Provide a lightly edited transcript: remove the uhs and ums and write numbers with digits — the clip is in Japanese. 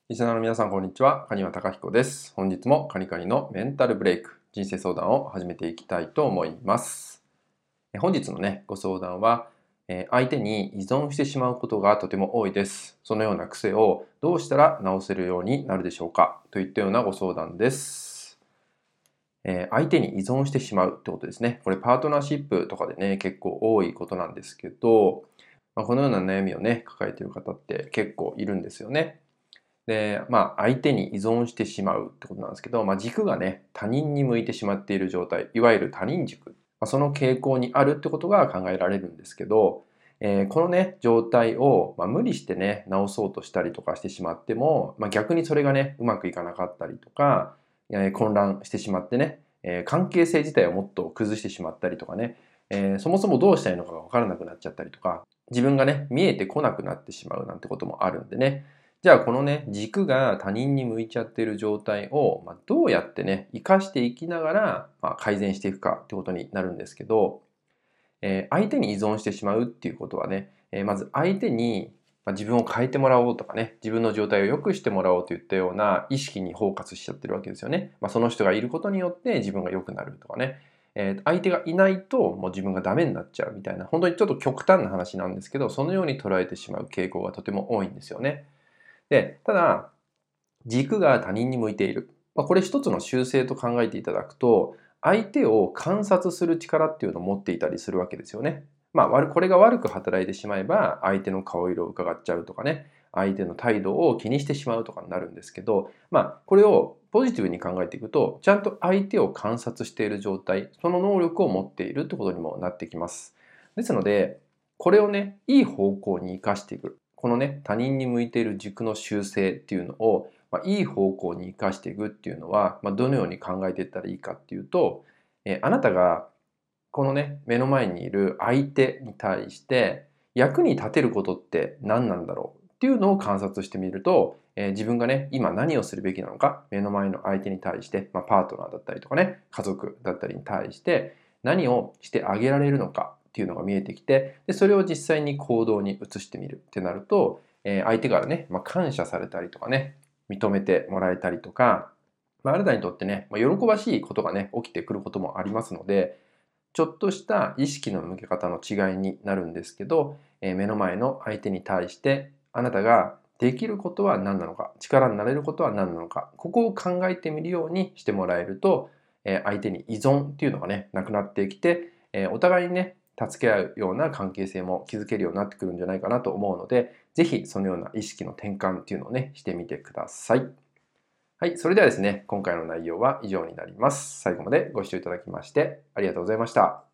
リスナーの皆さん、こんにちは。蟹和貴彦です。本日もカニカニのメンタルブレイク、人生相談を始めていきたいと思います。本日のね、ご相談は、相手に依存してしまうことがとても多いです。そのような癖をどうしたら直せるようになるでしょうかといったようなご相談です。相手に依存してしまうってことですね。これパートナーシップとかでね、結構多いことなんですけど、このような悩みをね、抱えている方って結構いるんですよね。で、相手に依存してしまうってことなんですけど、軸がね、他人に向いてしまっている状態、いわゆる他人軸、その傾向にあるってことが考えられるんですけど、このね、状態を、無理してね、直そうとしたりとかしてしまっても、逆にそれがね、うまくいかなかったりとか、混乱してしまってね、関係性自体をもっと崩してしまったりとかね、そもそもどうしたらいいのかが分からなくなっちゃったりとか、自分がね、見えてこなくなってしまうなんてこともあるんでね、じゃあこのね、軸が他人に向いちゃっている状態を、どうやってね、活かしていきながら、改善していくかってことになるんですけど、相手に依存してしまうっていうことはね、まず相手に自分を変えてもらおうとかね、自分の状態を良くしてもらおうといったような意識にフォーカスしちゃってるわけですよね。その人がいることによって自分が良くなるとかね、相手がいないともう自分がダメになっちゃうみたいな、本当にちょっと極端な話なんですけど、そのように捉えてしまう傾向がとても多いんですよね。で、ただ、軸が他人に向いている。これ一つの習性と考えていただくと、相手を観察する力っていうのを持っていたりするわけですよね。これが悪く働いてしまえば、相手の顔色を伺っちゃうとかね、相手の態度を気にしてしまうとかになるんですけど、これをポジティブに考えていくと、ちゃんと相手を観察している状態、その能力を持っているってことにもなってきます。ですので、これをね、いい方向に生かしていく。このね、他人に向いている軸の習性っていうのを、いい方向に生かしていくっていうのは、どのように考えていったらいいかっていうと、あなたがこのね、目の前にいる相手に対して役に立てることって何なんだろうっていうのを観察してみると、自分がね、今何をするべきなのか、目の前の相手に対して、パートナーだったりとかね、家族だったりに対して何をしてあげられるのかっていうのが見えてきて、でそれを実際に行動に移してみるってなると、相手からね、感謝されたりとかね、認めてもらえたりとか、あなたにとってね、喜ばしいことがね、起きてくることもありますので、ちょっとした意識の向け方の違いになるんですけど、目の前の相手に対してあなたができることは何なのか、力になれることは何なのか、ここを考えてみるようにしてもらえると、相手に依存っていうのがね、なくなってきて、お互いにね、助け合うような関係性も築けるようになってくるんじゃないかなと思うので、ぜひそのような意識の転換っていうのをね、してみてください。はい、それではですね、今回の内容は以上になります。最後までご視聴いただきましてありがとうございました。